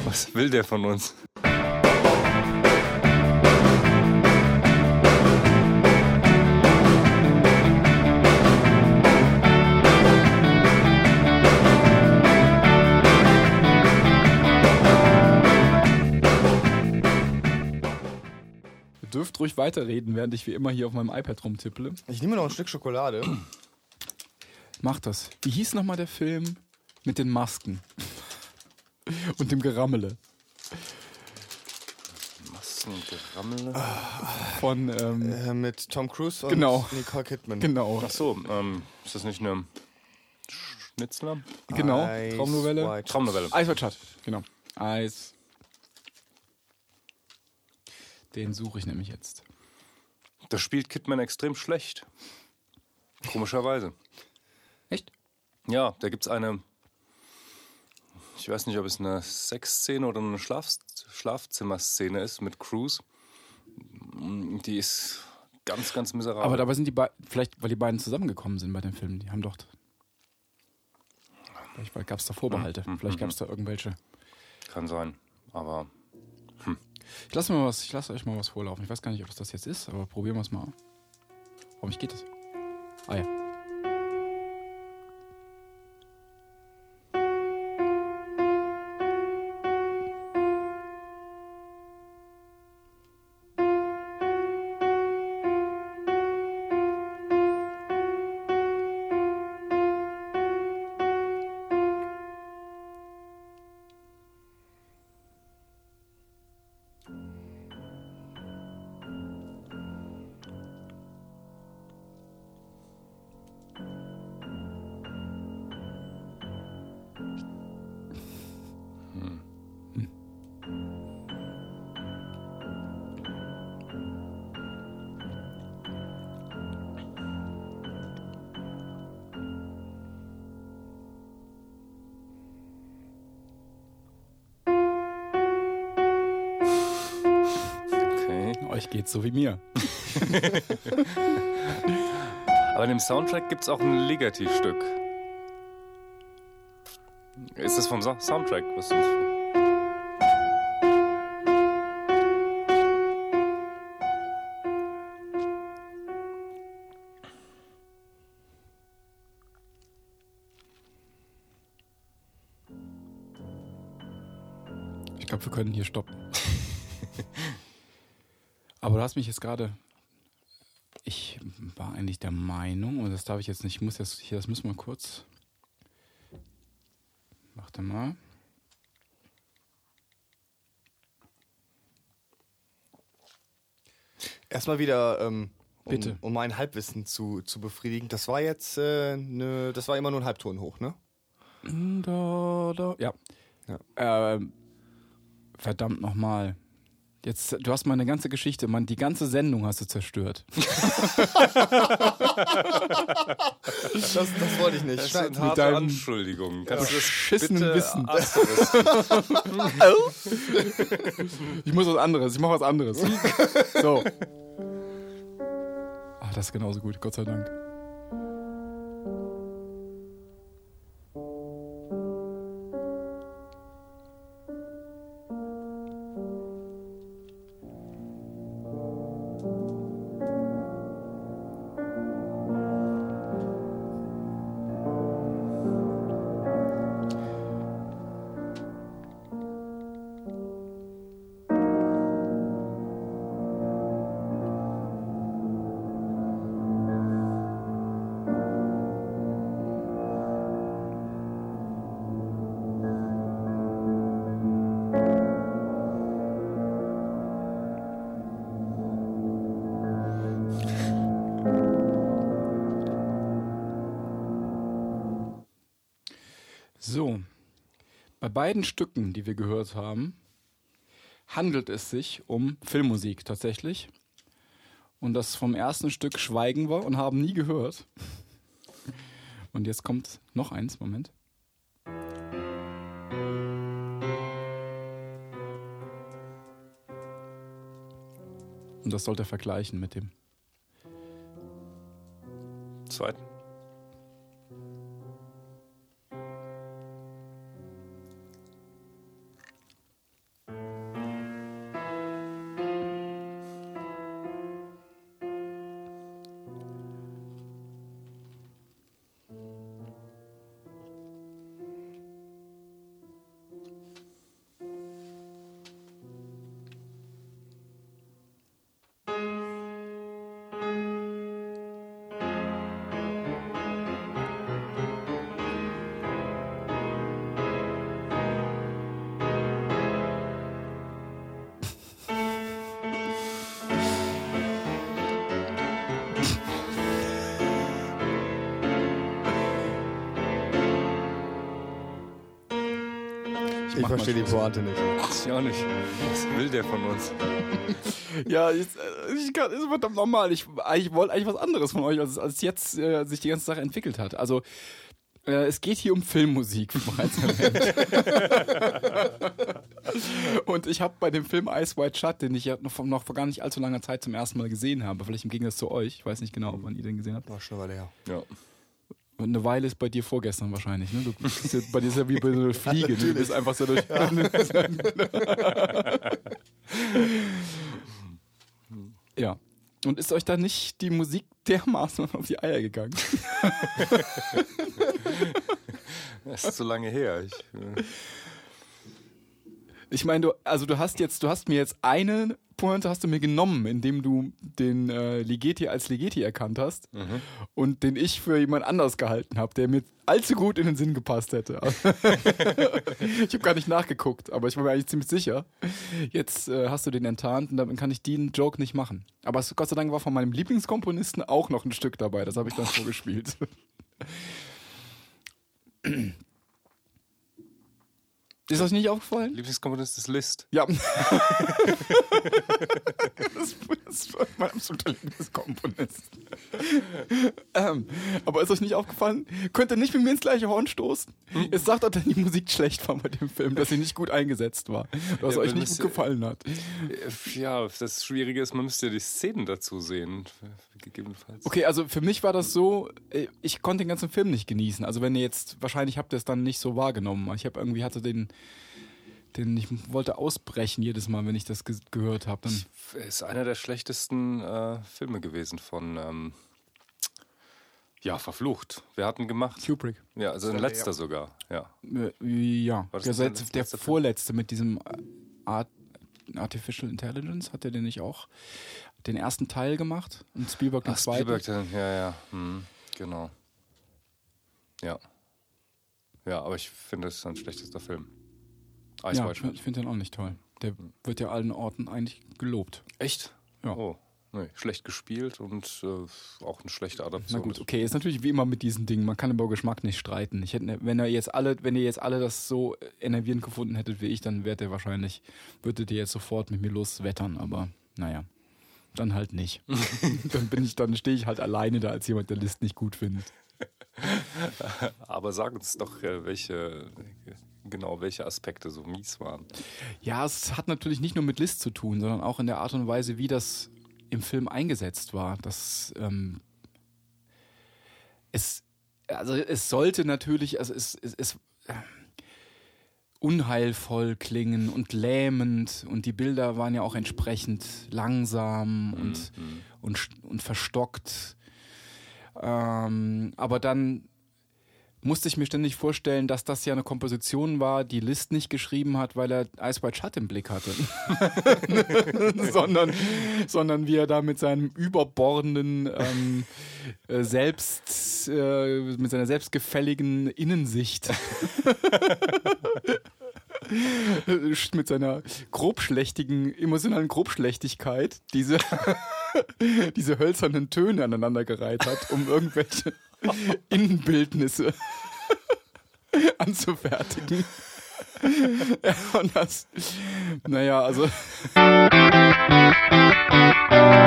Was will der von uns? Ihr dürft ruhig weiterreden, während ich wie immer hier auf meinem iPad rumtipple. Ich nehme noch ein Stück Schokolade. Macht das. Wie hieß nochmal der Film mit den Masken? Und dem Gerammele. Massengerammele? Von, Mit Tom Cruise und genau. Nicole Kidman. Genau. Ach so, ist das nicht eine Schnitzler? Genau. Ice Traumnovelle. White. Traumnovelle. Ice White Shut. Genau. Eis. Den suche ich nämlich jetzt. Das spielt Kidman extrem schlecht. Komischerweise. Echt? Ja, da gibt's eine, ich weiß nicht, ob es eine Sexszene oder eine Schlafzimmerszene ist mit Cruise. Die ist ganz, ganz miserabel. Aber dabei sind die beiden, vielleicht weil die beiden zusammengekommen sind bei dem Film. Die haben doch, vielleicht gab es da Vorbehalte. Vielleicht gab es da irgendwelche. Kann sein, aber Ich lasse euch mal was vorlaufen. Ich weiß gar nicht, ob es das jetzt ist, aber probieren wir es mal. Warum geht das? Ah ja. okay. Euch geht's so wie mir. Aber in dem Soundtrack gibt's auch ein Legativstück. Ist das vom Soundtrack? Was ist das? Ich glaube, wir können hier stoppen. Aber du hast mich jetzt gerade. Ich war eigentlich der Meinung, und das darf ich jetzt nicht, ich muss jetzt hier, das müssen wir kurz. Warte mal. Erstmal wieder, Bitte. um mein Halbwissen zu befriedigen. Das war jetzt das war immer nur ein Halbton hoch, ne? Ja. Ja. Verdammt nochmal. Jetzt, du hast meine ganze Geschichte, die ganze Sendung hast du zerstört. Das wollte ich nicht. Das sind mit harte deinem Anschuldigungen. Kannst du das beschissenen bitte Wissen. asterisk? Ich muss was anderes, ich mache was anderes. So. Ach, das ist genauso gut, Gott sei Dank. So, bei beiden Stücken, die wir gehört haben, handelt es sich um Filmmusik tatsächlich. Und das vom ersten Stück schweigen wir und haben nie gehört. Und jetzt kommt noch eins, Moment. Und das sollte vergleichen mit dem. Zweiten. Ich verstehe die Pointe nicht. Ich auch nicht. Was will der von uns? Ja, ist verdammt normal. Ich wollte eigentlich was anderes von euch, als jetzt sich die ganze Sache entwickelt hat. Also, es geht hier um Filmmusik, wie bereits erwähnt. Und ich habe bei dem Film Eyes Wide Shut, den ich ja noch vor gar nicht allzu langer Zeit zum ersten Mal gesehen habe, vielleicht im Gegensatz zu euch, ich weiß nicht genau, wann ihr den gesehen habt. War schon eine Weile her. Ja. Und eine Weile ist bei dir vorgestern wahrscheinlich, ne? Bei dir ist ja wie bei so einer Fliege. Du bist einfach so durch. Ja. Und ist euch da nicht die Musik dermaßen auf die Eier gegangen? Das ist so lange her. Ich meine, du hast mir jetzt eine Pointe hast du mir genommen, indem du den Ligeti als Ligeti erkannt hast und den ich für jemand anders gehalten habe, der mir allzu gut in den Sinn gepasst hätte. Ich habe gar nicht nachgeguckt, aber ich war mir eigentlich ziemlich sicher. Jetzt hast du den enttarnt und damit kann ich den Joke nicht machen. Aber Gott sei Dank war von meinem Lieblingskomponisten auch noch ein Stück dabei. Das habe ich dann vorgespielt. Ist euch nicht aufgefallen? Lieblingskomponist ist Liszt. Ja. Das war mein absoluter Lieblingskomponist. Aber ist euch nicht aufgefallen? Könnt ihr nicht mit mir ins gleiche Horn stoßen? Es sagt doch, dass die Musik schlecht war bei dem Film, dass sie nicht gut eingesetzt war. Dass euch nicht gut gefallen hat. Ja, das Schwierige ist, man müsste ja die Szenen dazu sehen. Gegebenenfalls. Okay, also für mich war das so, ich konnte den ganzen Film nicht genießen. Also wenn ihr jetzt, wahrscheinlich habt ihr es dann nicht so wahrgenommen. Ich habe irgendwie ich wollte ausbrechen jedes Mal, wenn ich das gehört habe. Ist einer der schlechtesten Filme gewesen von Verflucht. Wer hat ihn gemacht? Kubrick. Ja, also ein letzter sogar. Ja. Ja. War das Der vorletzte mit diesem Artificial Intelligence, hat er den nicht auch den ersten Teil gemacht? Und Spielberg den zweiten? Spielberg, ja. Genau. Ja. Ja, aber ich finde, es ist ein schlechtester Film. Ja, ich finde den auch nicht toll. Der wird ja allen Orten eigentlich gelobt. Echt? Ja. Oh, nee, schlecht gespielt und auch eine schlechte Adaption. Na gut, okay, ist natürlich wie immer mit diesen Dingen. Man kann über Geschmack nicht streiten. Wenn ihr jetzt alle das so enervierend gefunden hättet wie ich, dann würdet ihr jetzt sofort mit mir loswettern. Aber naja, dann halt nicht. Dann stehe ich halt alleine da als jemand, der Liszt nicht gut findet. Aber sag uns doch, welche Aspekte so mies waren. Ja, es hat natürlich nicht nur mit Liszt zu tun, sondern auch in der Art und Weise, wie das im Film eingesetzt war. Es sollte natürlich, also es unheilvoll klingen und lähmend und die Bilder waren ja auch entsprechend langsam und verstockt. Aber dann musste ich mir ständig vorstellen, dass das ja eine Komposition war, die Liszt nicht geschrieben hat, weil er Eyes Wide Shut im Blick hatte. sondern wie er da mit seinem überbordenden mit seiner selbstgefälligen Innensicht mit seiner emotionalen Grobschlächtigkeit diese hölzernen Töne aneinandergereiht hat, um irgendwelche Innenbildnisse anzufertigen. Ja, und das, naja, also